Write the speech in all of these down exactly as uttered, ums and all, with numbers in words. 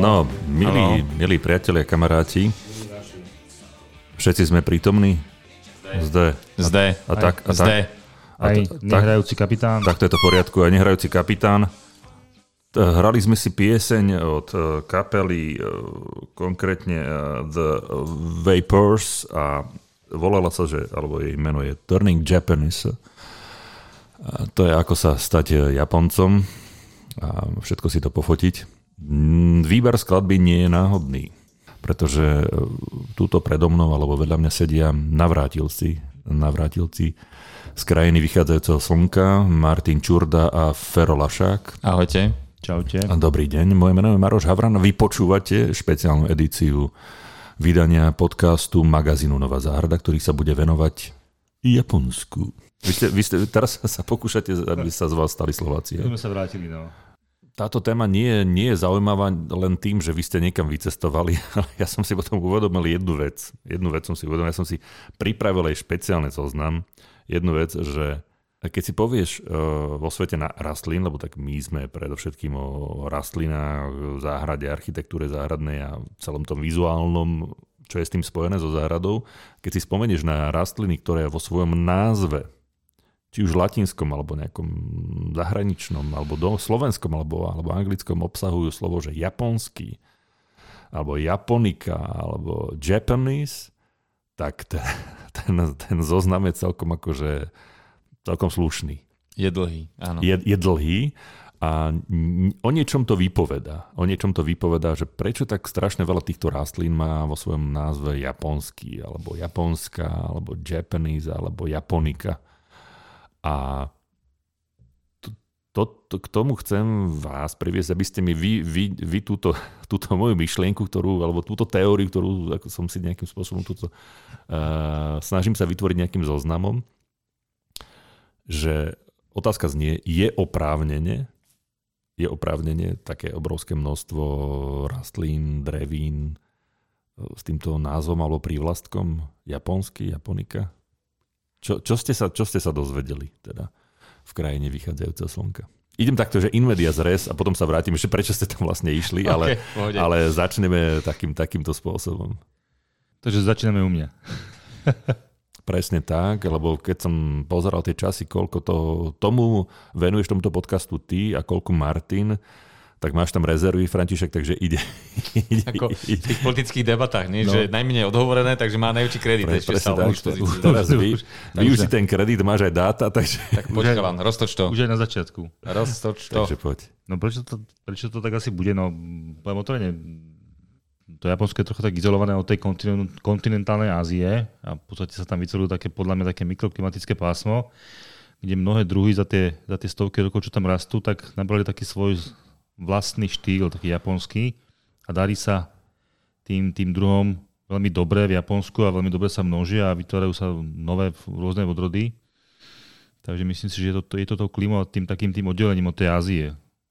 Áno, milí, milí priatelia, kamaráti, všetci sme prítomní? Zde. Zde. A tak, a Zde. tak, Aj nehrajúci kapitán. Tak to je to v poriadku, aj nehrajúci kapitán. Hrali sme si pieseň od kapely, konkrétne The Vapors, a volala sa, že, alebo jej meno je Turning Japanese. A to je ako sa stať Japoncom a všetko si to pofotiť. Výber skladby nie je náhodný, pretože túto predo mnou alebo vedľa mňa sedia navrátilci, navrátilci z krajiny vychádzajúceho slnka, Martin Čurda a Fero Lašák. Ahojte. Čaute. A dobrý deň, moje meno je Maroš Havran. Vy počúvate špeciálnu edíciu vydania podcastu magazínu Nová záhrada, ktorý sa bude venovať Japonsku. Vy ste, vy ste, teraz sa pokúšate, aby sa z vás stali Slováci. My sme sa vrátili, no. Táto téma nie, nie je zaujímavá len tým, že vy ste niekam vycestovali, ale ja som si potom uvedomil jednu vec. Jednu vec som si uvedomil, ja som si pripravil aj špeciálne zoznam. Jednu vec, že keď si povieš uh, vo svete na rastlín, lebo tak my sme predovšetkým o rastlinách, záhrade, architektúre záhradnej a celom tom vizuálnom, čo je s tým spojené so záhradou, keď si spomenieš na rastliny, ktoré vo svojom názve, či už latinskom, alebo nejakom zahraničnom, alebo do, slovenskom, alebo, alebo anglickom obsahujú slovo, že japonský, alebo japonika, alebo Japanese, tak ten, ten, ten zoznam je celkom akože celkom slušný. Je dlhý, áno. Je, je dlhý a o niečom to vypovedá. O niečom to vypovedá, že prečo tak strašne veľa týchto rastlín má vo svojom názve japonský, alebo japonská, alebo Japanese, alebo japonika. A to, to, to, k tomu chcem vás priviesť, aby ste mi vy, vy, vy túto, túto moju myšlienku, ktorú, alebo túto teóriu, ktorú ako som si nejakým spôsobom túto, uh, snažím sa vytvoriť nejakým zoznamom, že otázka znie, je oprávnenie, je oprávnenie také obrovské množstvo rastlín, drevín s týmto názvom alebo prívlastkom japonský, japonika? Čo, čo, ste sa, čo ste sa dozvedeli teda v krajine vychádzajúceho slnka? Idem takto, že in medias res a potom sa vrátim, že prečo ste tam vlastne išli, ale, okay, ale začneme takým, takýmto spôsobom. Takže začíname u mňa. Presne tak, lebo keď som pozeral tie časy, koľko to, tomu venuješ tomuto podcastu ty a koľko Martin, tak máš tam rezervy, František, takže ide. ide Ako ide. v tých politických debatách, nie? No. Že najmenej odhovorené, takže má najväčší kredit. Pre, ešte presne stále. tak, už teraz vy, využi ten kredit, máš aj dáta, takže... Tak počkaj len, roztoč to. Už aj na začiatku. Roztoč to. Takže poď. No prečo to, prečo to tak asi bude? No, poviem otvorene, to Japonsko je trochu tak izolované od tej kontinentálnej Ázie a v podstate sa tam vytvorujú také, podľa mňa, také mikroklimatické pásmo, kde mnohé druhy za tie, za tie stovky rokov, čo tam rastú, tak nabrali taký svoj vlastný štýl, taký japonský, a darí sa tým, tým druhom veľmi dobre v Japonsku a veľmi dobre sa množia a vytvárajú sa nové rôzne odrody. Takže myslím si, že je to, je to tou klímou a tým takým tým oddelením od tej Ázie.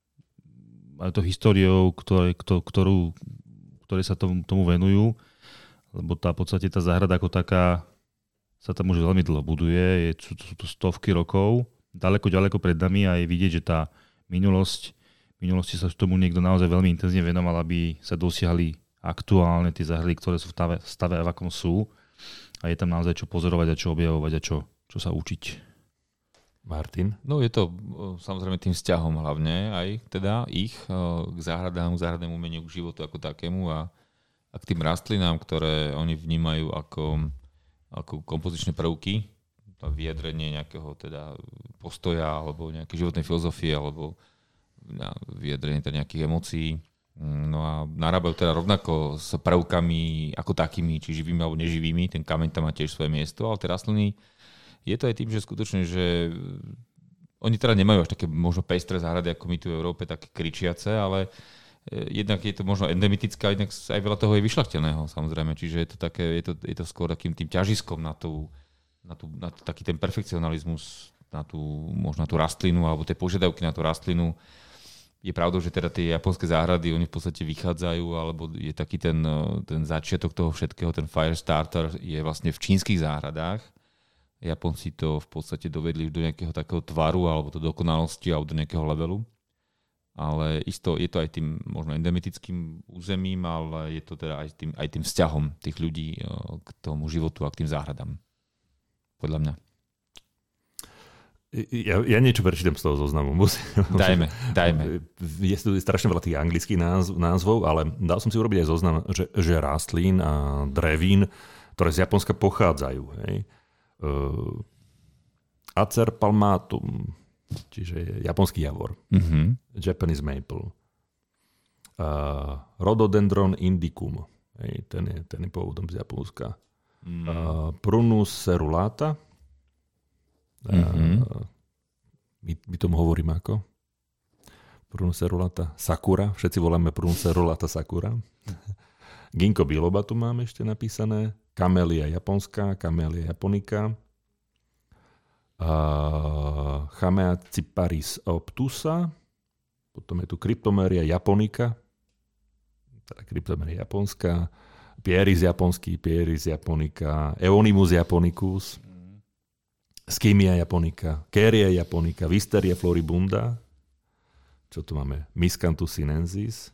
A to históriou, ktoré, ktorú, ktoré sa tomu, tomu venujú, lebo tá, v podstate tá záhrada ako taká sa tam už veľmi dlho buduje, je, sú, sú to stovky rokov, ďaleko, ďaleko pred nami, a je vidieť, že tá minulosť V minulosti sa tomu niekto naozaj veľmi intenzívne venoval, aby sa dosiahli aktuálne tie záhrady, ktoré sú v stave, v stave v akom sú. A je tam naozaj čo pozorovať a čo objavovať a čo, čo sa učiť. Martin? No je to samozrejme tým vzťahom hlavne aj teda ich k záhradám, k záhradnému umeniu, k životu ako takému a, a k tým rastlinám, ktoré oni vnímajú ako, ako kompozičné prvky, vyjadrenie nejakého teda postoja alebo nejakej životnej filozofie alebo na vyjadrenie teda nejakých emócií. No a narábajú teda rovnako s prvkami ako takými, či živými alebo neživými. Ten kameň tam má tiež svoje miesto, ale tie rastliny je to aj tým, že skutočne, že oni teda nemajú až také možno pestré záhrady, ako my tu v Európe, také kričiace, ale jednak je to možno endemitické, a jednak aj veľa toho je vyšľachteného, samozrejme. Čiže je to, také, je to, je to skôr takým tým ťažiskom na, tú, na, tú, na taký ten perfekcionalizmus, na tú, možno na tú rastlinu, alebo tie požiadavky na tú rastlinu. Je pravdou, že teda tie japonské záhrady, oni v podstate vychádzajú, alebo je taký ten, ten začiatok toho všetkého, ten fire starter je vlastne v čínskych záhradách. Japonci to v podstate dovedli do nejakého takého tvaru, alebo do dokonalosti, alebo do nejakého levelu. ale isto je to aj tým možno endemitickým územím, ale je to teda aj tým, aj tým vzťahom tých ľudí k tomu životu a k tým záhradám. Podľa mňa. Ja, ja niečo prečítam z toho zoznamu. Musím, dajme, dajme. Je tu strašne veľa tých anglických názv, názvov, ale dal som si urobiť aj zoznam, že, že rastlín a drevín, ktoré z Japonska pochádzajú. Hej. Uh, Acer palmatum, čiže japonský javor. Uh-huh. Japanese maple. Uh, Rhododendron indicum. Hej, ten, je, ten je pôvodom z Japonska. Uh, uh, Prunus cerulata. Uh-huh. Uh, my, my tomu hovoríme ako? Prunus cerulata sakura. Všetci voláme Prunus cerulata sakura. Ginkgo biloba tu máme ešte napísané. Camellia japonská, Camellia japonica. Uh, Chameaciparis obtusa. Potom je tu Cryptomeria japonica. Teda Cryptomeria japonská. Pieris japonský, Pieris japonica. Euonymus japonicus. Skimia japonica, Keria japonica, Wisteria floribunda. Čo tu máme? Miscanthus sinensis.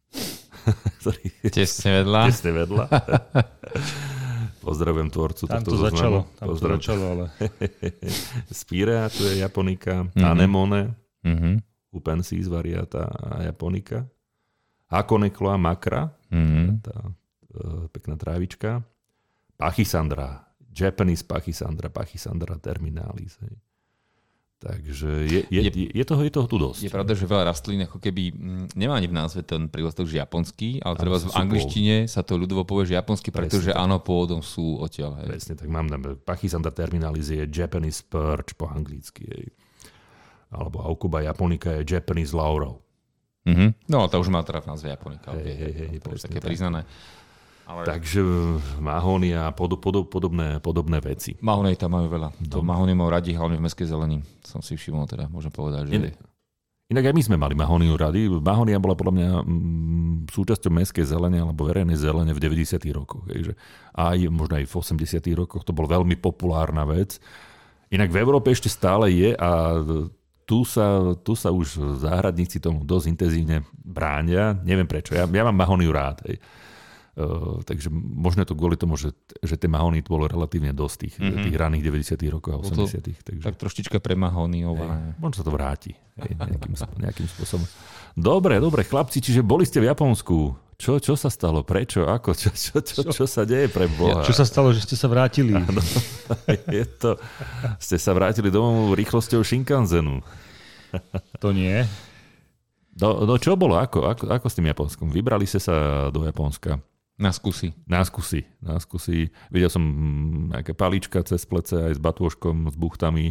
Tesne vedľa. Tesne vedľa. Pozdravujem tvorcu. Tam to začalo. Tam to začalo, ale... Spirea, tu je japonica. Mm-hmm. Anemone. Mm-hmm. Upensis variata japonica. Akonekloa makra. Mm-hmm. Tá uh, pekná trávička. Pachyssandra. Japanese Pachyssandra, Pachyssandra terminalis. Hej. Takže je, je, je, je, toho, je toho tu dosť. Je pravda, že veľa rastlín ako keby nemá ani v názve ten prívlastok, že japonský, ale treba v angličtine sa to ľudovo povie, že japonský, pretože presne, áno, pôvodom sú odtiaľ. Hej. Presne, tak mám tam Pachyssandra terminalis je Japanese perch po anglicky. Hej. Alebo Aukuba japonica je Japanese laurel. Mm-hmm. No, to už má teda v názve japonica. Hej, hej, hej, to už také priznané. Ale... Takže mahónia a pod, pod, podobné, podobné veci. Mahónie tam majú veľa. To mahónie majú radi, hlavne v mestskej zelení. Som si všimol, teda môžem povedať. Že... Inak aj my sme mali mahóniu radi. Mahónia bola podľa mňa mm, súčasťou mestskej zelene alebo verejnej zelene v deväťdesiatych rokoch. Takže aj možno aj v osemdesiatych rokoch to bol veľmi populárna vec. Inak v Európe ešte stále je a tu sa, tu sa už záhradníci tomu dosť intenzívne bránia. Neviem prečo. Ja, ja mám mahóniu rád. Hej. Uh, takže možno to kvôli tomu, že, že tie mahóny to bolo relatívne dosť tých, mm-hmm. tých raných deväťdesiatych rokov a osemdesiatych. Takže... Tak troštička premahóniová. Možno sa to vráti hej, nejakým, nejakým spôsobom. Dobre, dobre, chlapci, čiže boli ste v Japonsku. Čo, čo sa stalo? Prečo? Ako? Čo, čo, čo, čo sa deje pre Boha? Čo sa stalo, že ste sa vrátili? Áno, je to, ste sa vrátili domov rýchlosťou Shinkanzenu. To nie. No, no čo bolo? Ako, ako, ako s tým Japonskom? Vybrali ste sa do Japonska? Na skúsi. Na skúsi. Na skúsi. Videl som nejaké palička cez plece aj s batôžkom, s buchtami.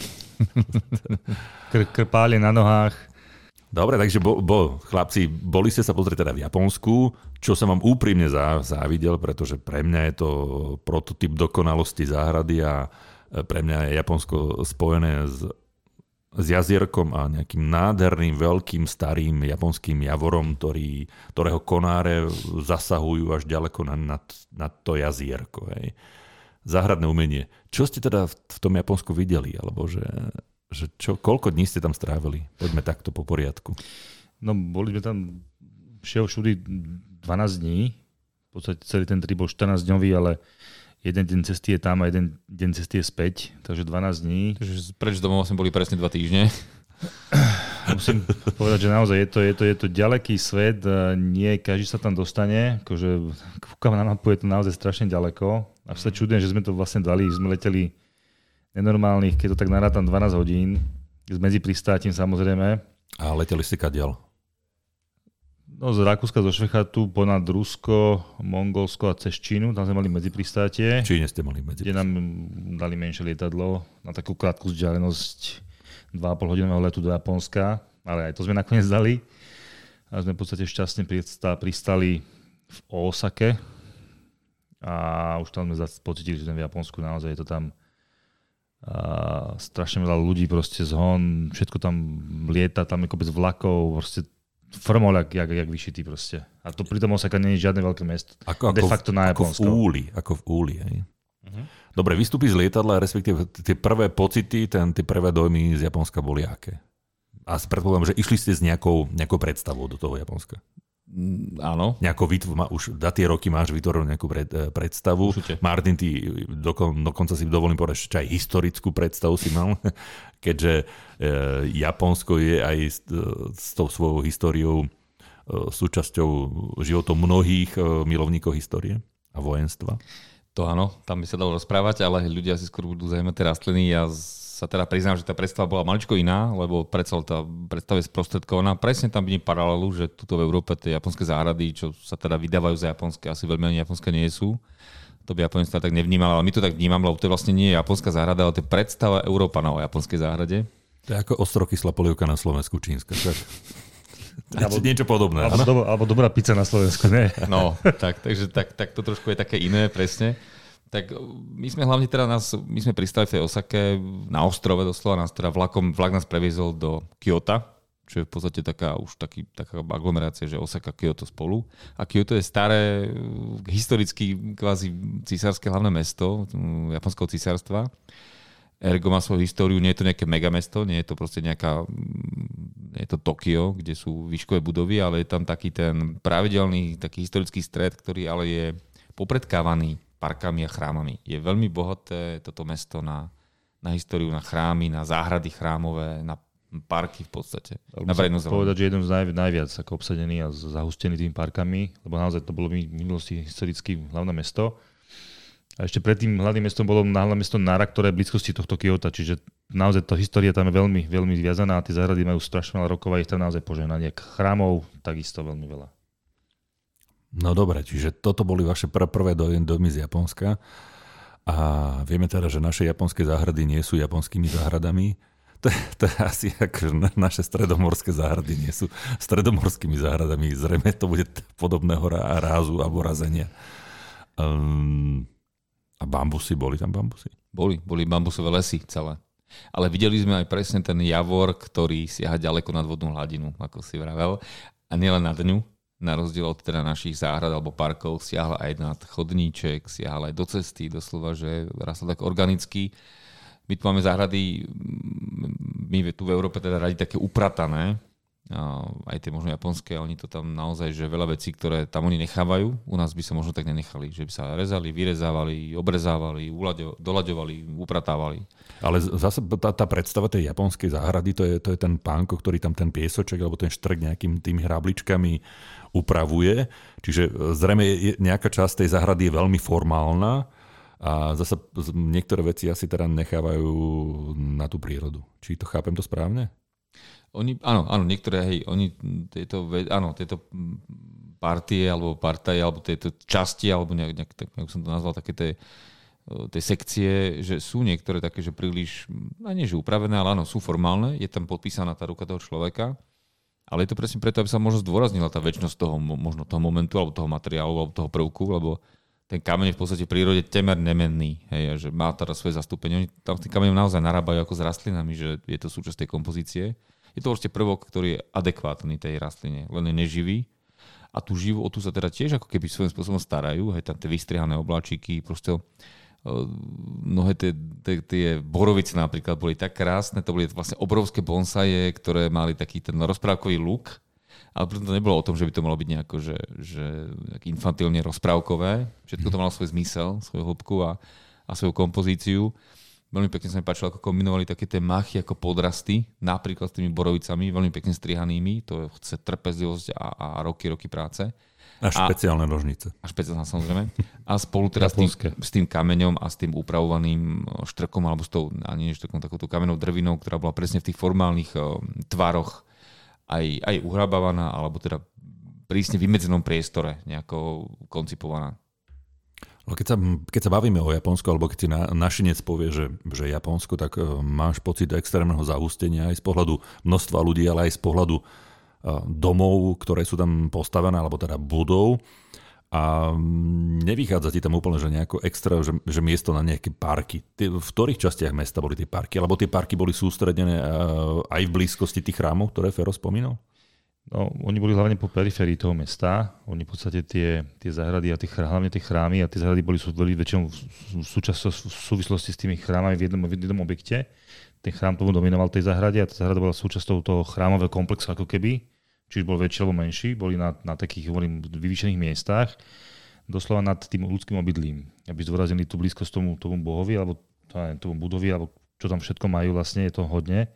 Kr- krpále na nohách. Dobre, takže bo, bo, chlapci, boli ste sa pozrieť teda v Japonsku, čo som vám úprimne zá, závidel, pretože pre mňa je to prototyp dokonalosti záhrady a pre mňa je Japonsko spojené s s jazierkom a nejakým nádherným, veľkým, starým japonským javorom, ktorý, ktorého konáre zasahujú až ďaleko na, na, na to jazierko. Hej. Záhradné umenie. Čo ste teda v, v tom Japonsku videli? Alebo že, že čo, koľko dní ste tam strávili? Poďme takto po poriadku. No, boli sme tam všudy dvanásť dní. V podstate celý ten trip bol štrnásťdňový, ale jeden deň cesty je tam a jeden deň cesty je späť, takže dvanásť dní. Takže preč domov sme boli presne dva týždne. Musím povedať, že naozaj je to, je to, je to ďaleký svet, nie každý sa tam dostane, akože kúkam na mapu, je to naozaj strašne ďaleko. Až sa čudujem, že sme to vlastne dali, sme leteli nenormálnych, keď to tak narátam dvanásť hodín, s medzipristátim samozrejme. A leteli ste kadiaľ? No z Rakúska, zo Švechatu, ponad Rusko, Mongolsko a cez Čínu, tam sme mali medzipristátie. V Číne ste mali medzipristátie. Kde nám dali menšie lietadlo na takú krátku vzdialenosť dva a pol hodinového letu do Japonska, ale aj to sme nakoniec dali. A sme v podstate šťastne pristali v Osake a už tam sme pocítili, že sme v Japonsku, naozaj je to tam a strašne veľa ľudí, proste zhon, všetko tam lieta, tam je kopec vlakov, proste formol, jak, jak, jak vyšitý proste. A to pri tom Osaka nie je žiadne veľké mesto. Ako, de facto ako, na Japonsko. Ako Japonsko. v úli. Ako v úli, hej. Uh-huh. Dobre, vystúpiš z lietadla, respektíve tie prvé pocity, ten, tie prvé dojmy z Japonska boli aké? A predpokladám, že išli ste s nejakou, nejakou predstavou do toho Japonska. Mm, áno. Nejako vytv- má, už za tie roky máš vytvoril nejakú pred, predstavu. Určite. Martin, ty dokon, dokonca si dovolím povedať, že aj historickú predstavu si mal, keďže e, Japonsko je aj s, s tou svojou históriou e, súčasťou životov mnohých e, milovníkov histórie a vojenstva. To áno, tam by sa dalo rozprávať, ale ľudia si skôr budú zaujímať tie rastliny. Ja sa teda priznám, že tá predstava bola maličko iná, lebo predsa tá predstava je sprostredkovaná. Presne tam vidím paralelu, že tuto v Európe tie japonské záhrady, čo sa teda vydávajú za japonské, asi veľmi ani japonské nie sú. To by Japonec tak nevnímal, ale my to tak vnímam, lebo to vlastne nie je japonská záhrada, ale to je predstava Európanov o japonskej záhrade. To je ako ostrokyslá polievka na Slovensku, čínska. Alebo, niečo podobné. Alebo, do, alebo dobrá pizza na Slovensku, ne? No, tak, takže tak, tak to trošku je také iné, presne. Tak my sme hlavne teda nás, my sme pristali v tej Osake na ostrove doslova, nás teda vlakom, vlak nás previezol do Kyoto, čo je v podstate taká už taký, taká aglomerácia, že Osaka, Kyoto spolu. A Kyoto je staré, historicky kvázi císarské hlavné mesto japonského císarstva. Ergo má svoju históriu, nie je to nejaké megamesto, nie je to proste nejaká, nie je to Tokio, kde sú výškové budovy, ale je tam taký ten pravidelný, taký historický stred, ktorý ale je popredkávaný parkami a chrámami. Je veľmi bohaté toto mesto na, na históriu, na chrámy, na záhrady chrámové, na parky v podstate. Na verejnú zónu. Povedať, že jeden z najvi- najviac ako obsadený a zahustený tými parkami, lebo naozaj to bolo v minulosti historicky hlavné mesto. A ešte predtým hlavným mestom bolo hlavné mesto Nara, ktoré je v blízkosti tohto Kyoto, čiže naozaj tá história tam je veľmi, veľmi viazaná a tie záhrady majú strašne veľa rokov a ich tam naozaj požehnanie. Chrámov takisto veľmi veľa. No dobre, čiže toto boli vaše pr- prvé domy z Japonska a vieme teda, že naše japonské záhrady nie sú japonskými záhradami. To je, to je asi ako naše stredomorské záhrady nie sú stredomorskými záhradami. Zrejme to bude podobného rázu alebo razenia. Um, a bambusy, boli tam bambusy? Boli, boli bambusové lesy celé. Ale videli sme aj presne ten javor, ktorý siaha ďaleko nad vodnú hladinu, ako si vravel. A nielen na dňu, na rozdiel od teda našich záhrad alebo parkov, siahla aj nad chodníček, siahla aj do cesty, doslova, že rastla tak organicky. My tu máme záhrady, my tu v Európe teda radi také upratané, aj tie možno japonské, oni to tam naozaj, že veľa vecí, ktoré tam oni nechávajú, u nás by sa možno tak nenechali, že by sa rezali, vyrezávali, obrezávali, doľaďovali, upratávali. Ale zase tá, tá predstava tej japonskej záhrady, to je, to je ten pánko, ktorý tam ten piesoček alebo ten štrk nejakým tými hrabličkami upravuje. Čiže zrejme je, nejaká časť tej záhrady je veľmi formálna a zase niektoré veci asi teda nechávajú na tú prírodu. Či to chápem to správne? Oni, áno, áno, niektoré, hej, oni tieto, áno, tieto partie alebo partaje, alebo tieto časti, alebo nejak, nejak tak, jak som to nazval, také tie, tie sekcie, že sú niektoré také, že príliš, no nie že upravené, ale áno, sú formálne, je tam podpísaná tá ruka toho človeka, ale je to presne preto, aby sa možno zdôraznila tá večnosť toho, možno toho momentu, alebo toho materiálu, alebo toho prvku, lebo ten kameň je v podstate v prírode temer nemenný, hej, a že má teda svoje zastúpenie. Oni tam s tým kameňom naozaj narábajú ako s rastlinami, že je to súčasť tej kompozície. Je to určite prvok, ktorý je adekvátny tej rastline, len je neživý. A tú živú, o tú sa teda tiež ako keby svojím spôsobom starajú, hej, tam tie vystrihané obláčiky, proste mnohé tie, tie, tie borovice napríklad boli tak krásne, to boli vlastne obrovské bonsaje, ktoré mali taký ten rozprávkový look, ale preto to nebolo o tom, že by to malo byť nejako, že, že infantilne rozprávkové. Všetko to malo svoj zmysel, svoju hĺbku a, a svoju kompozíciu. Veľmi pekne sa mi páčilo, ako kombinovali také tie machy ako podrasty, napríklad s tými borovicami, veľmi pekne strihanými. To chce trpezlivosť a, a roky, roky práce. A špeciálne nožnice. A špeciálne, samozrejme. A spolu teda s tým, s tým kameňom a s tým upravovaným štrkom, alebo s tou, ani nie štrkom, takouto kamenou drvinou, ktorá bola presne v tých formálnych uh, tvároch aj, aj uhrabávaná, alebo teda prísne vymedzenom priestore nejako koncipovaná. Keď sa, keď sa bavíme o Japonsku, alebo keď si na, našinec povie, že, že Japonsko, tak uh, máš pocit extrémneho zahustenia aj z pohľadu množstva ľudí, ale aj z pohľadu domov, ktoré sú tam postavené, alebo teda budov. A nevychádza ti tam úplne, že nejako extra, že, že miesto na nejaké parky. V ktorých častiach mesta boli tie parky? Alebo tie parky boli sústredené aj v blízkosti tých chrámov, ktoré Fero spomínal? No, oni boli hlavne po periférii toho mesta. Oni v podstate tie, tie záhrady a tie, hlavne tie chrámy a tie záhrady boli, boli väčšinou v, súčasť, v súvislosti s tými chrámami v jednom, v jednom objekte. Ten chrám tomu dominoval tej záhrade a tá záhrada bola súčasťou toho chrámového komplexu ako keby. Čiže bol väčší alebo menší. Boli na, na takých hovorím, vyvýšených miestach. Doslova nad tým ľudským obydlím. Aby zdôraznili tú blízkosť tomu, tomu bohovi alebo tomu budovi, alebo čo tam všetko majú vlastne, je to hodne.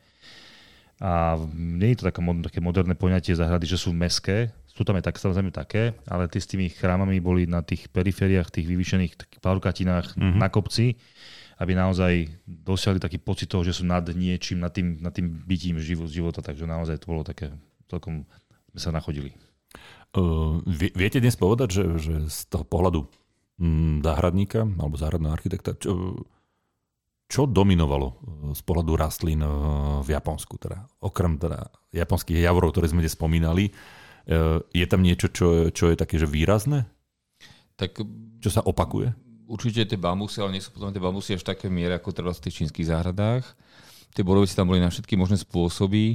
A nie je to také, také moderné poňatie záhrady, že sú mestské. Sú tam aj tak, samozrejme také, ale tie s tými chrámami boli na tých perifériách, tých vyvýšených pavrukatinách mm-hmm. na kopci, aby naozaj dosiahli taký pocit toho, že sú nad niečím, nad tým, nad tým bytím života. Takže naozaj to bolo také, celkom sme sa nachodili. Uh, viete dnes povedať, že, že z toho pohľadu mm, záhradníka alebo záhradného architekta, čo, čo dominovalo z pohľadu rastlín v Japonsku? Teda, okrem teda japonských javorov, ktoré sme dnes spomínali, je tam niečo, čo, čo je také že výrazné? Tak, čo sa opakuje? Určite tie bambusy, ale nie sú potom tie bambusy až v takej miere, ako treba v tých čínskych záhradách. Tie borovice tam boli na všetky možné spôsoby.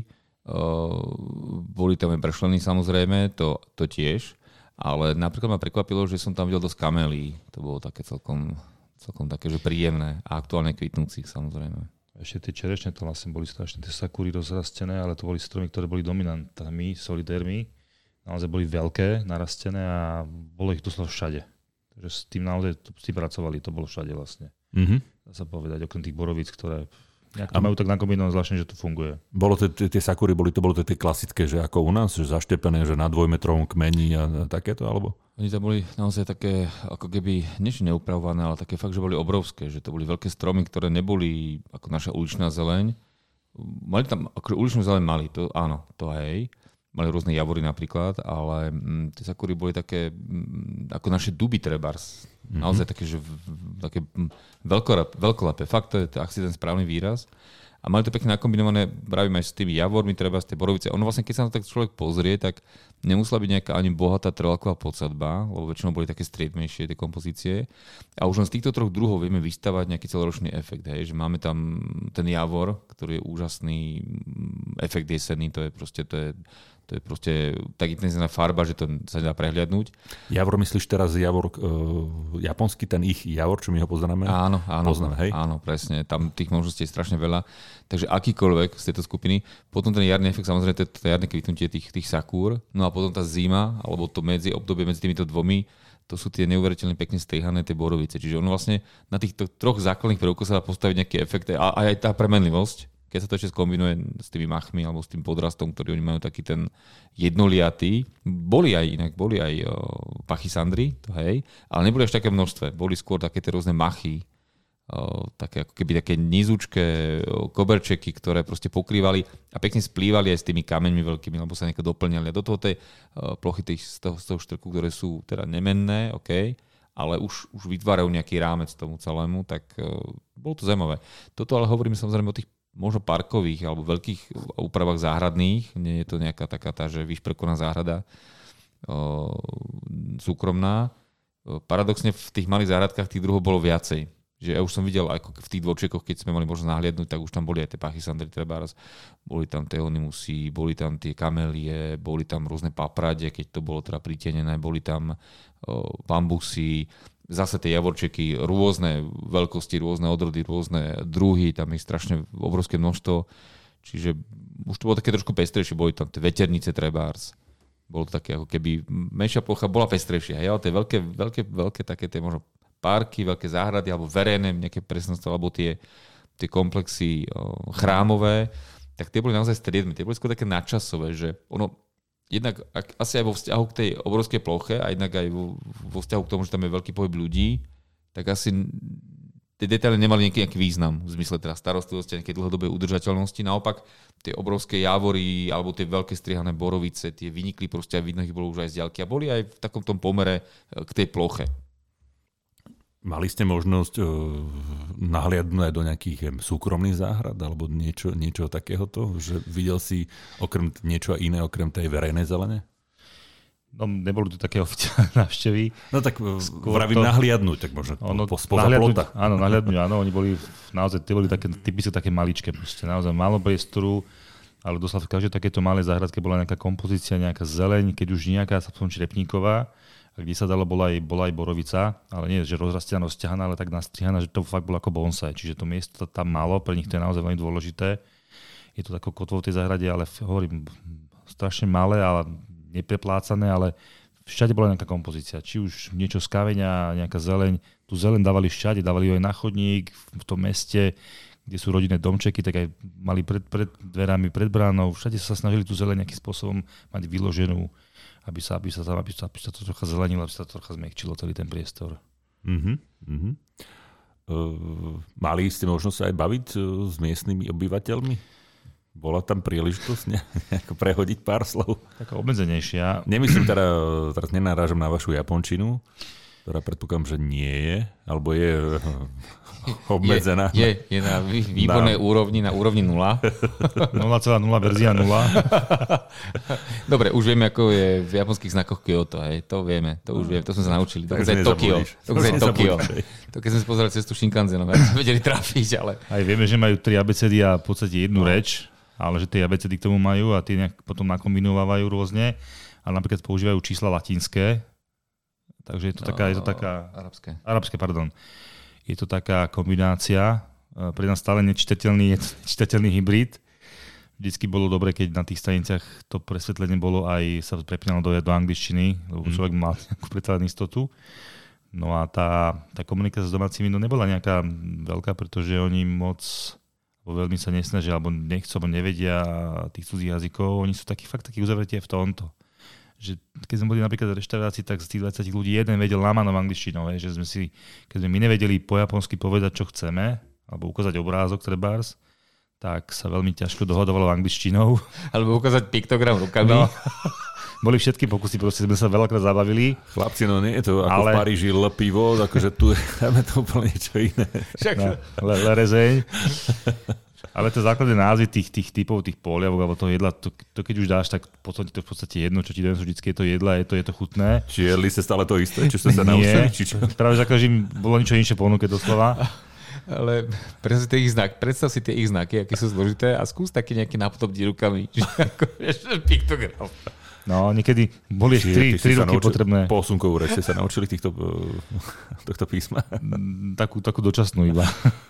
Boli tam aj prešlení samozrejme, to, to tiež. Ale napríklad ma prekvapilo, že som tam videl dosť kamelí. To bolo také celkom... celkom také, že príjemné a aktuálne kvitnúcich samozrejme. Ešte tie čerešne to vlastne boli strašne tie sakúry rozrastené, ale to boli stromy, ktoré boli dominantami, solidérmi. Naozaj boli veľké, narastené a bolo ich doslova všade. Takže s tým naozaj s tým pracovali, to bolo všade vlastne. Mm-hmm. Dá sa povedať, okrem tých borovíc, ktoré nejak to majú tak nakombinované zvláštne, že to funguje. Bolo to, tie sakúry, boli to bolo to tie klasické, že ako u nás, že zaštepené, že na dvojmetrovom kmeni a takéto, alebo? Oni tam boli naozaj také, ako keby, niečo neupravované, ale také fakt, že boli obrovské, že to boli veľké stromy, ktoré neboli ako naša uličná zeleň. Mali tam, ako uličnú zeleň mali, to áno, to hej. Mali rôzne javory napríklad, ale m, tie sakúry boli také, m, ako naše duby trebárs. Mm-hmm. Naozaj také, že v, také veľkolepé. Fakt, to je to asi ten správny výraz. A mali to pekne nakombinované, pravím aj s tými javormi, treba z tie borovice. Ono vlastne, keď sa na to tak človek pozrie, tak nemusela byť nejaká ani bohatá trelková podsadba, lebo väčšinou boli také striedmejšie tie kompozície. A už len z týchto troch druhov vieme vystavať nejaký celoročný efekt. Hej? Že máme tam ten javor, ktorý je úžasný, efekt jesenný, to je proste, to je, to je proste tak intenzívna farba, že to sa nedá prehliadnúť. Javor, myslíš teraz javor, uh, japonský, ten ich javor, čo my ho poznáme? Áno, áno, poznáme, hej? Áno, presne. Tam tých možností je strašne veľa. Takže akýkoľvek z tejto skupiny. Potom ten jarný efekt, samozrejme, to je to jarné kvitnutie tých, tých sakúr. No a potom tá zima, alebo to medzi obdobie medzi týmito dvomi, to sú tie neuveriteľne pekne strihané tie borovice. Čiže ono vlastne na týchto troch základných prvkoch sa dá postaviť nejaký efekt a aj tá premenlivosť. Keď sa to ešte skombinuje s tými machmi alebo s tým podrastom, ktorý oni majú taký ten jednoliatý. Boli aj inak, boli aj o, pachysandry, to hej, ale neboli až také množstve. Boli skôr také tie rôzne machy, o, také ako keby také nízučké o, koberčeky, ktoré proste pokrývali a pekne splývali aj s tými kameňmi veľkými, lebo sa nejako doplňali. A do toho tej o, plochy tých, z, toho, z toho štrku, ktoré sú teda nemenné, okay, ale už, už vytvárajú nejaký rámec tomu celému, tak o, bolo to zaujímavé. Toto ale hovoríme samozrejme o tých možno parkových alebo veľkých úpravách záhradných. Nie je to nejaká taká tá, že vyšperkovaná záhrada o, súkromná. O, paradoxne v tých malých záhradkách tých druhov bolo viacej. Že ja už som videl, ako v tých dvorčekoch, keď sme mali možnosť nahliadnúť, tak už tam boli aj tie pachysandry trebárs, boli tam tie onymusy, boli tam tie kamelie, boli tam rôzne paprade, keď to bolo teda pritenené, boli tam o, bambusy, zase tie javorčeky, rôzne veľkosti, rôzne odrody, rôzne druhy, tam je strašne obrovské množstvo. Čiže už to bolo také trošku pestrejšie, boli tam tie veternice trebárs. Bolo to také ako keby menšia plocha bola pestrejšia. Ja, ale tie veľké, veľké, veľké také tie možno parky, veľké záhrady alebo verejné nejaké presnosti, alebo tie, tie komplexy o, chrámové, tak tie boli naozaj striedme. Tie boli skôr také nadčasové, že ono jednak asi aj vo vzťahu k tej obrovskej ploche a jednak aj vo, vo vzťahu k tomu, že tam je veľký pohyb ľudí, tak asi tie detaily nemali nejaký, nejaký význam v zmysle teda starostlivosti a nejakej dlhodobej udržateľnosti. Naopak tie obrovské jávory alebo tie veľké strihané borovice, tie vynikli proste a vidno ich bolo už aj z diaľky a boli aj v takom tom pomere k tej ploche. Mali ste možnosť uh, nahliadnúť aj do nejakých um, súkromných záhrad alebo niečo, niečo takéhoto? Že videl si okrem niečo iné, okrem tej verejnej zelene? No, neboli to také oficiálne návštevy. No tak vravím to... nahliadnúť, tak možno ono, po, spoza plota. Áno, nahliadnúť, áno. Oni boli naozaj, tie boli také, typicky také maličké. Proste naozaj málo priestoru. ale doslova v každej takéto malej záhradke bola nejaká kompozícia, nejaká zeleň, keď už nejaká sa potom črepníková, a kde sa dalo, bola aj, bola aj borovica, ale nie, že rozrastená, rozťahaná, ale tak nastrihaná, že to fakt bolo ako bonsai. Čiže to miesto tam malo, pre nich to je naozaj veľmi dôležité. Je to takou kotvou v tej záhrade, ale hovorím, strašne malé, ale nepreplácané, ale všade bola nejaká kompozícia. Či už niečo z kameňa, nejaká zeleň. Tu zeleň dávali všade, dávali ju aj na chodník, v tom meste, kde sú rodinné domčeky, tak aj mali pred, pred dverami, pred bránou. Všade sa snažili tú zeleň nejakým spôsobom mať vyloženú, aby sa, aby sa, tam, aby sa, aby sa to trocha zelenilo, aby sa to trocha zmekčilo celý ten priestor. Uh-huh, uh-huh. Uh, mali ste možnosť sa aj baviť uh, s miestnymi obyvateľmi? Bola tam príležitosť nejako prehodiť pár slov? Taká obmedzenejšia. Nemyslím teda, teraz nenarážam na vašu japončinu, ktorá predpokladám, že nie je, alebo je obmedzená. Je, je, je na výbornej na... úrovni, na úrovni nula. nula celá nula verzia nula. Dobre, už vieme, ako je v japonských znakoch Kyoto, hej. To vieme, to už vieme, to sme sa naučili. To je Tokio. To je Tokio. To keď sme si pozerali cestu Shinkansenom, aj sme vedeli trafiť, ale... Aj vieme, že majú tri abecedy a v podstate jednu no. reč, ale že tie abecedy k tomu majú a tie nejak potom nakombinovávajú rôzne. Ale napríklad používajú čísla latinské. Takže je to taká... Je to taká arabské. Arabské, pardon. Je to taká kombinácia, pre nás stále nečitateľný, nečitateľný hybrid. Vždycky bolo dobre, keď na tých staniciach to presvetlenie bolo aj sa prepínalo do, do angličtiny, lebo človek mal nejakú predsa istotu. No a tá, tá komunikácia s domácimi no nebola nejaká veľká, pretože oni moc veľmi sa nesnažia, alebo nechcú, alebo nevedia tých cudzích jazykov. Oni sú takí fakt takí uzavretie v tomto. Že keď sme boli napríklad v reštaurácii, tak z tých dvadsať ľudí jeden vedel lámanou angličtinou, že sme si, keď sme my nevedeli po japonsky povedať, čo chceme, alebo ukázať obrázok trebárs, tak sa veľmi ťažko dohodovalo angličtinou. Alebo ukázať piktogram rukami. No. Boli všetky pokusy, proste sme sa veľakrát zabavili. Chlapci, no nie je to ako ale... v Paríži l pivo, akože tu dáme to úplne niečo iné. Však... No, le, le rezeň. Ale to základné názvy tých, tých typov, tých poliavok alebo toho jedla, to, to keď už dáš, tak potom ti to v podstate jedno, čo ti dajú, vždycky je to jedla, je to, je to chutné. Či jedli ste stále to isté? Čo ste sa naučili? Či čo? Práve za každým bolo niečo inšie ponuke doslova. Ale predstav si tie ich znaky, predstav si tie ich znaky, aké sú zložité a skús taký nejaký nápodobní rukami. Piktogram. No, niekedy boli tri roky naučili, potrebné. Posunkovú reč ste sa naučili týchto, tohto písma? Takú, takú dočasnú iba.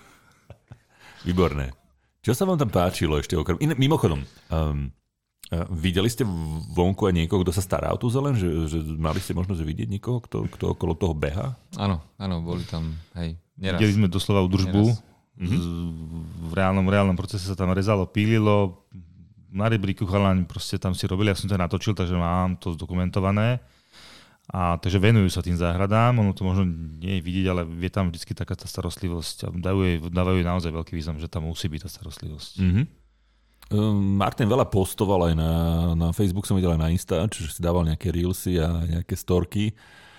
Výborné. Čo sa vám tam páčilo ešte okrem... Iné, mimochodom, um, uh, videli ste vonku aj niekoho, kto sa stará o tú zeleň? Že, že mali ste možnosť vidieť niekoho, kto, kto okolo toho beha? Áno, áno, boli tam, hej, neraz. Videli sme doslova udržbu. Z, v reálnom, reálnom procese sa tam rezalo, pílilo. Na rebríku chalaň proste tam si robili, ja som to natočil, takže mám to zdokumentované. A takže venujú sa tým záhradám, ono to možno nie je vidieť, ale je tam vždy taká tá starostlivosť a dajú jej, dávajú jej naozaj veľký význam, že tam musí byť tá starostlivosť. Mm-hmm. Um, Martin veľa postoval aj na, na Facebook, som videl aj na Insta, čiže si dával nejaké reelsy a nejaké storky.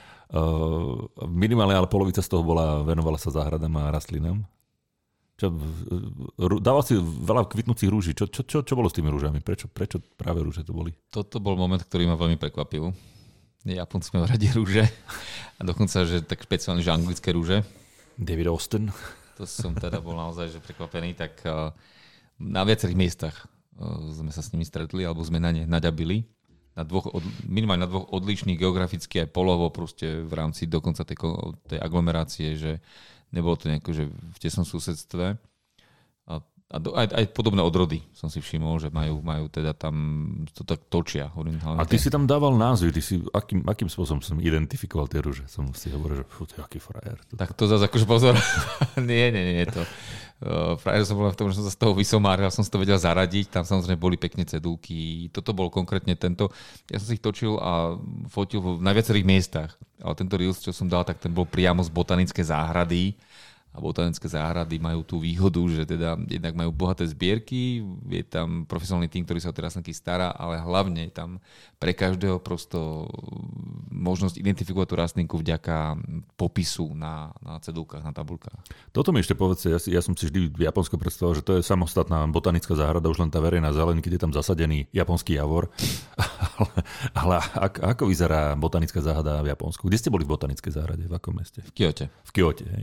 Uh, minimálne ale polovica z toho bola, venovala sa záhradám a rastlinám. Čo, dával si veľa kvitnúcich rúží. Čo, čo, čo, čo bolo s tými rúžami? Prečo, prečo práve rúže to boli? Toto bol moment, ktorý ma veľmi prekvapil. Japonci majú radi rúže. A dokonca, že tak špeciálne, že anglické rúže. David Austin. To som teda bol naozaj že prekvapený. Tak na viacerých miestach sme sa s nimi stretli, alebo sme na ne naďabili. Na dvoch, minimálne na dvoch odlišných geograficky aj polovo, proste v rámci dokonca tej, tej aglomerácie, že nebolo to nejako, že v tesnom susedstve. A A do, aj, aj podobné odrody som si všimol, že majú, majú teda tam, to tak točia. A ty si tam dával názvy, ty si, akým, akým spôsobom som identifikoval tie rúže? Som si hovoril, že fú, to je aký frajer. Tak to zase akože pozor. nie, nie, nie, to. Uh, frajer som bol v tom, že som sa z toho vysomáril, som si to vedel zaradiť, tam samozrejme boli pekne cedulky. Toto bol konkrétne tento. Ja som si ich točil a fotil na viacerých miestach. Ale tento reels, čo som dal, tak ten bol priamo z botanickej záhrady. A botanické záhrady majú tú výhodu, že teda jednak majú bohaté zbierky, je tam profesionálny tým, ktorý sa o tie rastlinky stará, ale hlavne je tam pre každého prosto možnosť identifikovať tú rastlinku vďaka popisu na, na cedulkách, na tabulkách. Toto mi ešte povedzte, ja, si, ja som si vždy v Japonsku predstavoval, že to je samostatná botanická záhrada, už len tá verejná zeleň, keď je tam zasadený japonský javor. ale ale ako, ako vyzerá botanická záhrada v Japonsku? Kde ste boli v botanickej záhrade? V akom meste? V Kyote. V Kyote, hej?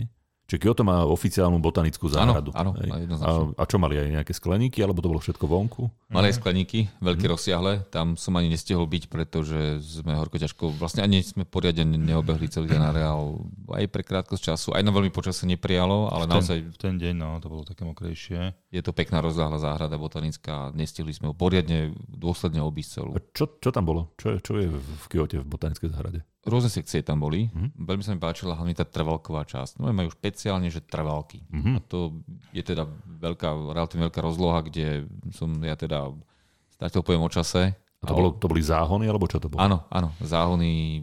Čiže Kyoto má oficiálnu botanickú záhradu. Áno, áno. A, a čo mali aj nejaké skleníky, alebo to bolo všetko vonku? Mali aj skleníky, veľké mm. rozsiahle. Tam som ani nestihol byť, pretože sme horko ťažko, vlastne ani sme poriadne neobehli celý ten areál. Aj pre krátkosť času. Aj na veľmi počasie neprijalo, ale v ten, naozaj... V ten deň, no, to bolo také mokrejšie. Je to pekná rozľahlá záhrada botanická. Nestihli sme ho poriadne dôsledne obísť celú. A čo, čo tam bolo? Čo je, čo je v Kyote v botanickej záhrade? Rôzne sekcie tam boli. Mm-hmm. Veľmi sa mi páčila hlavne tá trvalková časť. No majú špeciálne, že trvalky. Mm-hmm. A to je teda veľká, relatívne veľká rozloha, kde som ja teda strátil pojem o čase. A to, bolo, to boli záhony, alebo čo to bolo? Áno, áno. Záhony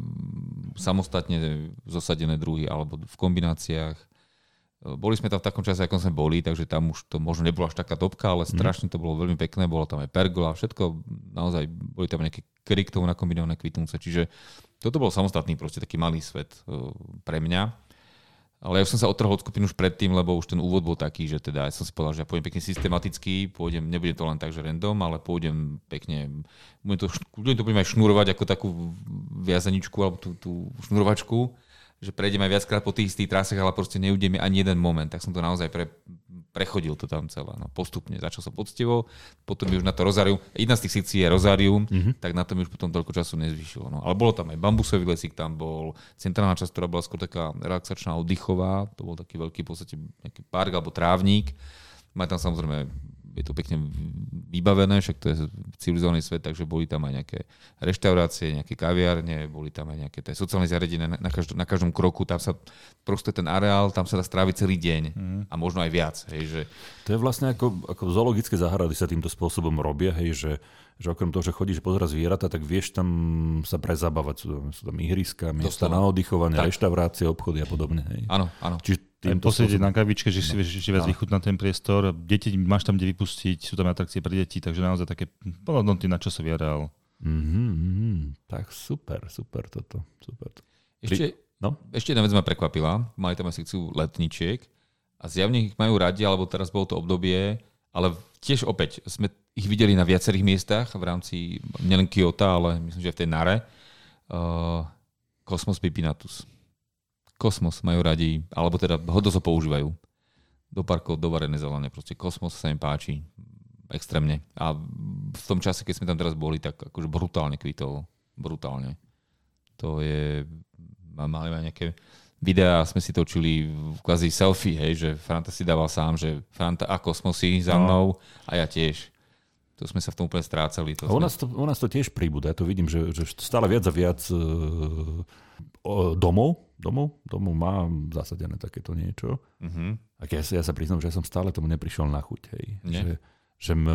samostatne zosadené druhy, alebo v kombináciách. Boli sme tam v takom čase, ako sme boli, takže tam už to možno nebola až taká topka, ale strašne to bolo veľmi pekné. Bolo tam aj pergola, všetko. Naozaj boli tam nejaké kry k tomu nakombinované kvitnúce. Čiže toto bol samostatný, proste taký malý svet pre mňa. Ale ja som sa odtrhol od skupiny už predtým, lebo už ten úvod bol taký, že teda ja som si povedal, že ja pôjdem pekne systematicky, pôjdem, nebudem to len tak, že random, ale pôjdem pekne, budem to, budem to budem aj šnurovať ako takú viazaničku alebo tú, tú šnurovačku, že prejdem aj viackrát po tých istých trasách, ale proste neudeme ani jeden moment. Tak som to naozaj pre, prechodil to tam celé. No, postupne začal sa poctivo, potom mi už na to rozárium, jedna z tých sekcií je rozárium, mm-hmm. tak na to mi už potom toľko času nezvyšilo. No, ale bolo tam aj bambusový lesík, tam bol centrálna časť, ktorá bola skôr taká relaxačná, oddychová, to bol taký veľký v podstate nejaký park alebo trávnik. Má tam samozrejme, je to pekne vybavené, však to je civilizovaný svet, takže boli tam aj nejaké reštaurácie, nejaké kaviárne, boli tam aj nejaké sociálne zariadenia na, na, každom, na každom kroku, tam sa proste ten areál, tam sa dá stráviť celý deň mm. a možno aj viac. Hej, že... To je vlastne ako, ako zoologické záhrady sa týmto spôsobom robia, hej, že, že okrem toho, že chodíš pozerať zvieratá, tak vieš tam sa prezabávať. Sú, sú tam ihriska, miesta na oddychovanie, reštaurácie, obchody a podobne. Hej. Áno, áno. Čiže aj posledieť na kavičke, že si vieš ešte viac vychutnať ten priestor. Deti máš tam kde vypustiť, sú tam atrakcie pre deti, takže naozaj také plnohodnotný nadčasový areál. Mm-hmm, tak super, super toto. Super. Ešte, no? ešte jedna vec ma prekvapila. Mali tam aj sekciu letničiek a zjavne ich majú radi, alebo teraz bolo to obdobie, ale tiež opäť sme ich videli na viacerých miestach v rámci nielen Kyoto, ale myslím, že v tej Nare. Uh, Cosmos Pipinatus. Kosmos majú radi, alebo teda ho dosť používajú. Do parkov, do varené zelene. Proste kosmos sa im páči extrémne. A v tom čase, keď sme tam teraz boli, tak akože brutálne kvitol. Brutálne. To je... Mali aj nejaké videá, sme si točili v kvázi selfie, hej, že Franta si dával sám, že Franta a kosmosy za mnou a ja tiež. To sme sa v tom úplne strácali. To a u, sme... nás to, u nás to tiež pribúda. Ja to vidím, že, že stále viac a viac uh, domov, domov, domov má zasadené takéto niečo. Uh-huh. A ja, ja sa priznám, že ja som stále tomu neprišiel na chuť. Hej. Že, že m,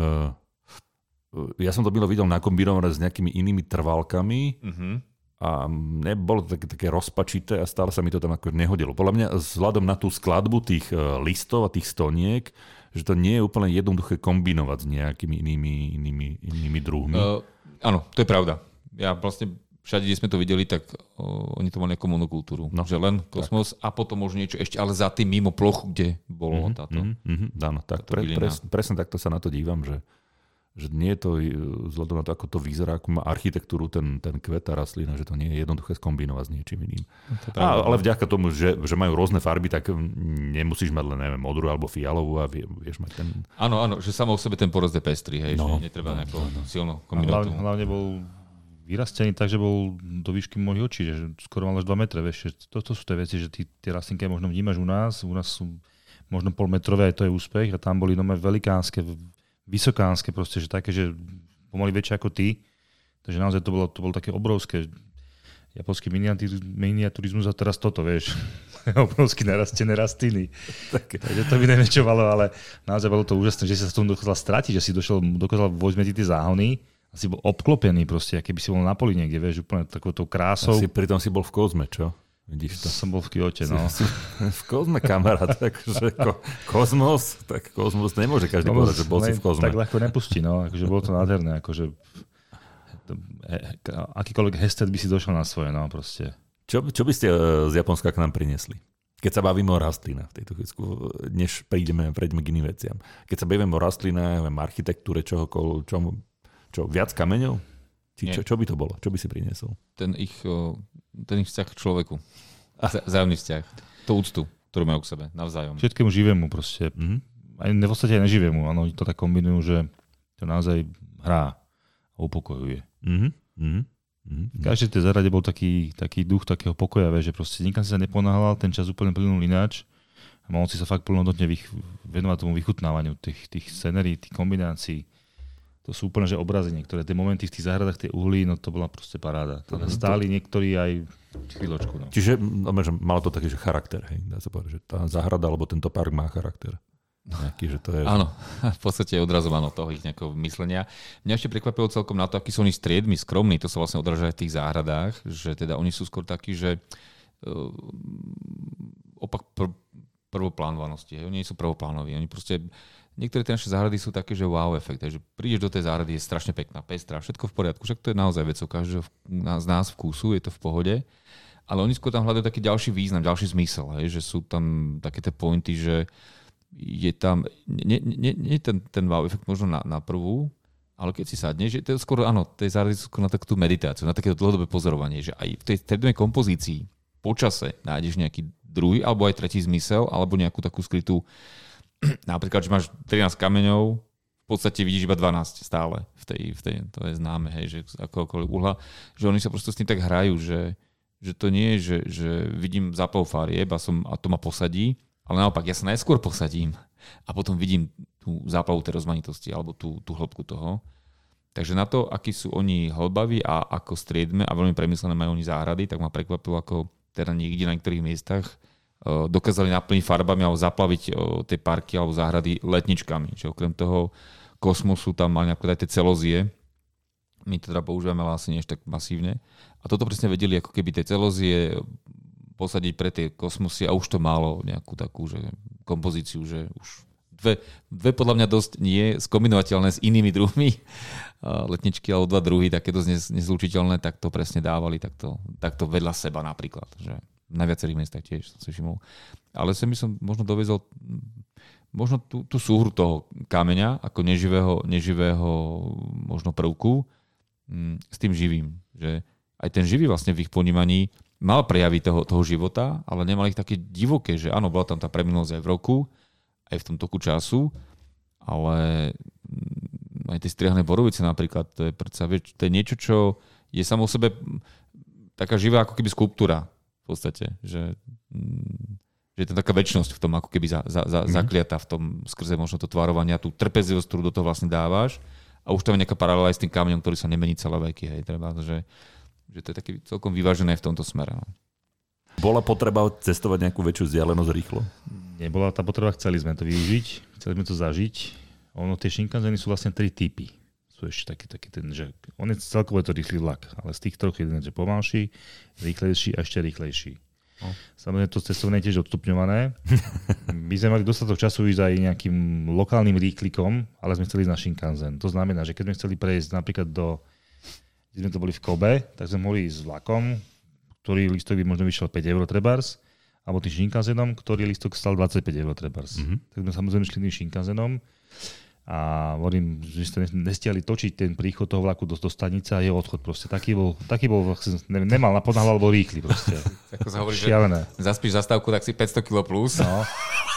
ja som to bylo videl nakombinované s nejakými inými trvalkami uh-huh. a nebolo to také, také rozpačité a stále sa mi to tam ako nehodilo. Podľa mňa vzhľadom na tú skladbu tých listov a tých stoniek, že to nie je úplne jednoduché kombinovať s nejakými inými, inými, inými druhmi. Uh, áno, to je pravda. Ja vlastne všade, kde sme to videli, tak uh, oni to mali ako monokultúru. No, že len kosmos tak. A potom možno niečo ešte, ale za tým mimo plochu, kde bolo mm-hmm, táto. Mm-hmm, áno, tak pre, pres, presne takto sa na to dívam, že, že nie je to vzhľadom na to, ako to vyzerá, ako má architektúru ten, ten kvet a rastlina, že to nie je jednoduché skombinovať s niečím iným. A, ale vďaka tomu, že, že majú rôzne farby, tak nemusíš mať len neviem, modrú alebo fialovú a vie, vieš mať ten... Áno, áno, že samo o sebe ten porost je pestrý, hej, no, že netreba no, nejako no, silno kombinovať. Hlavne, hlavne bol vyrastený tak, že bol do výšky mojich očí, že skoro mal až dva metre, vieš. Toto sú tie veci, že ty, tie rastlinky možno vnímaš u nás, u nás sú možno polmetrové, aj to je úspech, a tam boli nové velikánske, vysokánske proste, že také, že pomaly väčšie ako ty. Takže naozaj to bolo, to bolo také obrovské japonský miniaturizmus a teraz toto, vieš. Obrovsky narastené rastliny. Takže to by nevečovalo, ale naozaj bolo to úžasné, že si sa v tom dokázal stratiť, že si došiel, dokázal vojsť medzi tie záhony a si bol obklopený proste, keby si bol na poli niekde, vieš, úplne takouto krásou. Asi pritom si bol v Kozme, čo? Vidíš to? Som bol v Kyote, no. Si, v Kozme, kamarát, takže ko, Kozmos, tak Kozmos nemôže každý Kozmos, povedať, že bol si v Kozme. Tak ľahko nepustí, no, akože bolo to nádherné, akože akýkoľvek hestet by si došiel na svoje, no proste. Čo, čo by ste z Japonska k nám priniesli? Keď sa bavíme o rastlinách v tejto chvíľku, než prídeme, prejdeme k iným veciam. Keď sa bavíme o rastlinách, architektúre, čohokoľvek, čo, čo, viac kameňov? Čo, čo by to bolo? Čo by si priniesol? Ten ich, ten ich vzťah k človeku. Vzájomný vzťah. To úctu. To ktorú majú k sebe navzájom. Všetkému živému proste. Mm-hmm. Aj v podstate aj neživému. Áno, to tak kombinujú, že to naozaj hrá a upokojuje. Mm-hmm. Mm-hmm. V každej tej záhrade bol taký, taký duch takého pokoja, že proste nikam si sa neponáhľal, ten čas úplne plynul ináč a mohol si sa fakt plnohodnotne vych, venovať tomu vychutnávaniu tých, tých scenérií, tých kombinácií. To sú úplne že obrazy niektoré. Tie momenty v tých záhradách, tie uhly, no to bola proste paráda. Tam stáli niektorí aj chvíľočku. No. Čiže no, malo to taký, že charakter, hej, dá sa povedať, že tá záhrada alebo tento park má charakter. Nejaký, že to je... Áno, v podstate je odrazované toho ich nejakého myslenia. Mňa ešte prekvapilo celkom na to, akí sú oni striedmi, skromní, to sa vlastne odráža aj v tých záhradách, že teda oni sú skôr takí, že uh, opak pr- prvoplánovanosti, hej. Oni nie sú prvoplánoví, oni proste... Niektoré tie naše záhrady sú také, že wow efekt. Takže prídeš do tej záhrady, je strašne pekná, pestrá, všetko v poriadku. Však to je naozaj vec, každého z nás vkusu, je to v pohode. Ale oni skôr tam hľadajú taký ďalší význam, ďalší zmysel. Hej? Že sú tam také tie pointy, že je tam, nie, nie, nie ten, ten wow efekt možno na, na prvú, ale keď si sadneš, že to je skôr, áno, tie záhrady sú skôr na takú meditáciu, na takéto dlhodobé pozorovanie, že aj v tej strednej kompozícii počase nájdeš nejaký druhý, alebo aj tretí zmysel, alebo nejakú takú skrytú. Napríklad, že máš trinásť kameňov, v podstate vidíš iba dvanásť stále v tej, v tej to je známe, hej, že z akokoľvek uhla, že oni sa proste s tým tak hrajú, že, že to nie je, že, že vidím záplav farieb a, som, a to ma posadí, ale naopak, ja sa najskôr posadím a potom vidím tú záplavu tej rozmanitosti alebo tú, tú hĺbku toho. Takže na to, akí sú oni hlbaví a ako striedme a veľmi premyslené majú oni záhrady, tak ma prekvapilo, ako teda niekde na niektorých miestach dokázali naplniť farbami alebo zaplaviť tie parky alebo záhrady letničkami. Čiže okrem toho kosmosu tam mali napríklad aj tie celózie. My to teda používame, ale asi nie tak masívne. A toto presne vedeli, ako keby tie celózie posadiť pre tie kosmosy a už to malo nejakú takú že kompozíciu, že už dve, dve podľa mňa dosť nie skombinovateľné s inými druhmi letničky alebo dva druhy, také dosť nezlučiteľné, tak to presne dávali takto, takto vedľa seba napríklad. Že na viacerých miestach tiež som si všimol. Ale sem by som možno dovezol možno tú, tú súhru toho kameňa ako neživého, neživého možno prvku m, s tým živým. Že aj ten živý vlastne v ich ponímaní mal prejavy toho, toho života, ale nemal ich také divoké, že áno, bola tam tá preminulosť aj v roku, aj v tom toku času, ale aj tie striehané borovice napríklad, to je, predsa, to je niečo, čo je samo o sebe taká živá ako keby skulptúra. V podstate, že, že je to taká večnosť v tom, ako keby za, za, za, mm-hmm. zakliata v tom skrze možno to tvarovania, tú trpezlivosť, ktorú do toho vlastne dávaš a už tam je nejaká paralela aj s tým kameňom, ktorý sa nemení celé veky, hej, treba, že, že to je také celkom vyvážené v tomto smere. No. Bola potreba cestovať nejakú väčšiu vzdialenosť rýchlo? Nebola tá potreba, chceli sme to využiť, chceli sme to zažiť. Ono, tie Shinkanzeny sú vlastne tri typy. Sú ešte taký, taký ten, že on je celkovo to rýchly vlak, ale z tých troch jeden je pomalší, rýchlejší a ešte rýchlejší. No. Samozrejme to cestovné je tiež odstupňované. My sme mali dostatok času ísť aj nejakým lokálnym rýchlikom, ale sme chceli ísť na Shinkansen. To znamená, že keď sme chceli prejsť napríklad do, keď sme to boli v Kobe, tak sme mohli ísť s vlakom, ktorý listok by možno vyšiel päť eur trebárs, alebo tým Shinkansenom, ktorý listok stal dvadsaťpäť eur trebárs. Mm-hmm. Tak sme samozrejme šli tým Shinkansenom. A hovorím, že ste nestiali točiť ten príchod toho vlaku do, do stanice a jeho odchod proste. Taký bol, taký bol ne, nemal naponáhľal, alebo rýchly proste. Ako sa hovorí, šialené. Že zaspíš zastávku, tak si päťsto kilogramov plus. No.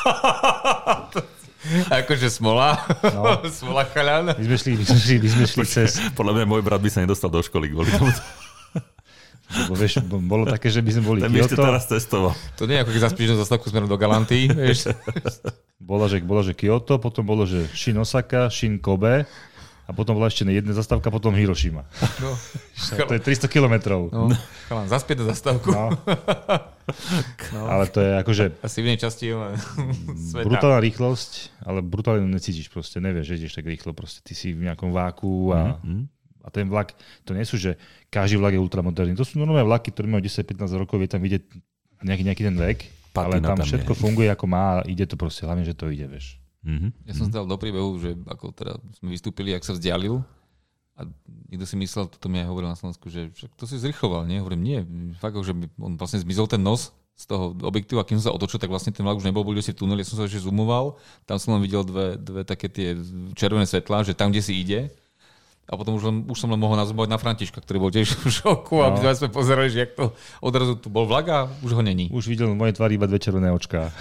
Akože smola. No. Smola chaľan. My sme šli, my sme šli, my sme šli cez... Podľa mňa môj brat by sa nedostal do školy kvôli tomu. Lebo, vieš, bolo také, že by sme boli Kyoto. Ten by ste teraz testoval. To nie je ako keď zaspíš na zastávku smerom do Galanty. Vieš. Bolo, že, bolo, že Kyoto, potom bolo, že Shin Osaka, Shin Kobe a potom bola ešte jedna zastávka, potom Hirošima. No, to je tristo kilometrov. No, chalán, zaspieť na zastávku. No. No. Ale to je akože... Asi v nej časti sveta. Brutálna rýchlosť, ale brutálne necítiš proste. Nevieš, že ideš tak rýchlo. Proste ty si v nejakom váku a... Mm-hmm. A ten vlak, to nie sú, že každý vlak je ultramoderný. To sú normálne vlaky, ktoré majú desať pätnásť rokov, je tam vidieť nejaký, nejaký ten vek, Patina ale tam, tam všetko je. Funguje ako má a ide to proste, hlavne, že to ide, vieš. Mm-hmm. Ja som zdal do príbehu, že ako teda sme vystúpili, jak sa vzdialil a niekto si myslel, toto mi aj hovoril na Slovensku, že však to si zrychloval, nie? Hovorím, nie, fakt, že on vlastne zmizol ten nos z toho objektívu a keď som sa otočil, tak vlastne ten vlak už nebol, bol si v tuneli, ja som sa ešte zoomoval, tam som len videl dve, dve také tie červené svetlá, že tam, kde si ide. a potom už, len, už som len mohol nazvať na Františka, ktorý bol tiež v šoku a my no. sme pozerali, že jak to odrazu tu bol vlak a už ho není. Už videl v mojej tvári iba dve červené očká.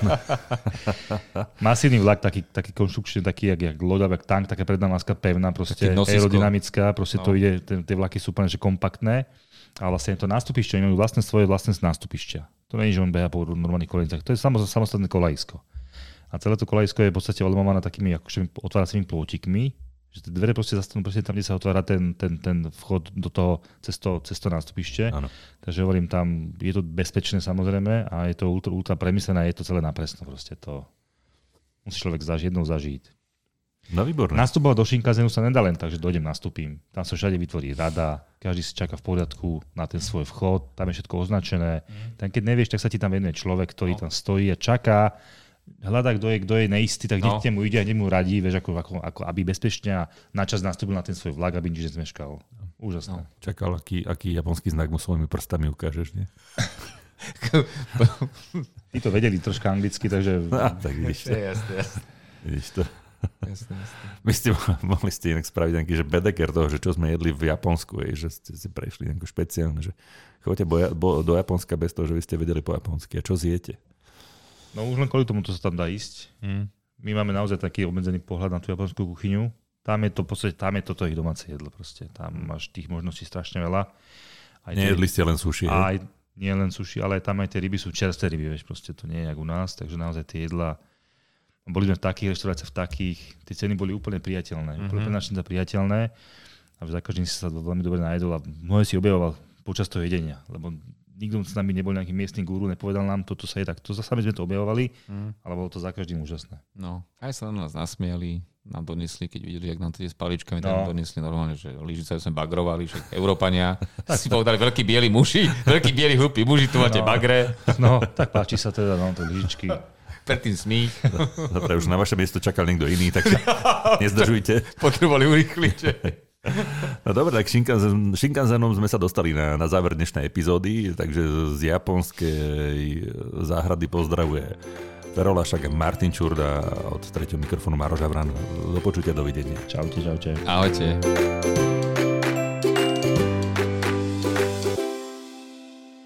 Masívny vlak, taký, taký konštrukčný, taký jak, jak loda, jak tank, taká predná maska pevná, proste aerodynamická, proste no. to ide, tie vlaky sú úplne že kompaktné. A vlastne to nástupišťa, majú vlastné svoje vlastné nástupišťa. To nie je, že on beha po normálnych kolejnicách. To je samostatné kolajisko. A celé to kolajisko je v podstate olemované takými akože otváracími plôtikmi, že tie dvere proste zastanú proste tam, kde sa otvára ten, ten, ten vchod do toho cesto, cesto nástupište. Áno. Takže hovorím tam, je to bezpečné samozrejme a je to ultra, ultra premyslené a je to celé napresno. Proste to musí človek zažiť, jednou zažiť. No výborné. Nastupovať do Shinkansenu sa nedá len tak, že dojdem, nastúpim. Tam sa všade vytvorí rada, každý si čaká v poriadku na ten svoj vchod, tam je všetko označené. Mm. Tam keď nevieš, tak sa ti tam venuje človek, ktorý no. tam stojí a čaká, hľadá, kto je, kto je neistý, tak no. nech mu ide a nech mu radí, vieš, ako, ako, ako aby bezpečne a načas nastúpil na ten svoj vlak, aby nič nezmeškal. Úžasné. No. Čakal, aký, aký japonský znak mu svojimi prstami ukážeš, nie? Tí to vedeli troška anglicky, takže... No, tak vidíš to. Jasne, jasne. Vidíš to. Jasne, jasne. My ste mohli ste inak spraviť nejaký, že bedeker toho, že čo sme jedli v Japonsku, je, že ste si prešli nejakú špeciálne, že chodte bo, bo, do Japonska bez toho, že vy ste vedeli po japonsky. A čo zjete? No už len kvôli tomu, to sa tam dá ísť. Hmm. My máme naozaj taký obmedzený pohľad na tú japonskú kuchyňu. Tam je to v podstate, tam je toto ich domáce jedlo proste. Tam máš tých možností strašne veľa. Aj nejedli ste len sushi. Aj nie len sushi, ale tam aj tie ryby sú čerstvé ryby, vieš, proste to nie je jak u nás, takže naozaj tie jedlá. Boli sme v takých reštauráciách, v takých, tie ceny boli úplne priateľné, mm-hmm. úplne našim priateľné a za každým si sa veľmi dobre najedol a mnohé si objavoval počas toho jedenia, lebo nikto s nami nebol nejaký miestny guru, nepovedal nám, toto sa je tak. To sami sme to objavovali, mm. ale bolo to za každým úžasné. No, aj sa na nás nasmiali, nám donesli, keď videli, jak nám to ide s paličkami, no. tak donesli normálne, že lyžice sme bagrovali, však Európania si povedali, veľkí bieli muži, veľkí bieli hlupí muži, tu máte no. bagre. No, tak páči sa teda, no, to lyžičky. Predtým smích. Dobre, už na vaše miesto čakal niekto iný, tak nezdržujte. Potrebovali urýchliť, že... No dobre, tak Shinkansen, Shinkansenom sme sa dostali na, na záver dnešnej epizódy, takže z japonskej záhrady pozdravuje Fero Lašák a Martin Čurda od tretieho mikrofónu Maroš Havran. Do počutia, dovidenia. Čaute, čaute. Ahojte.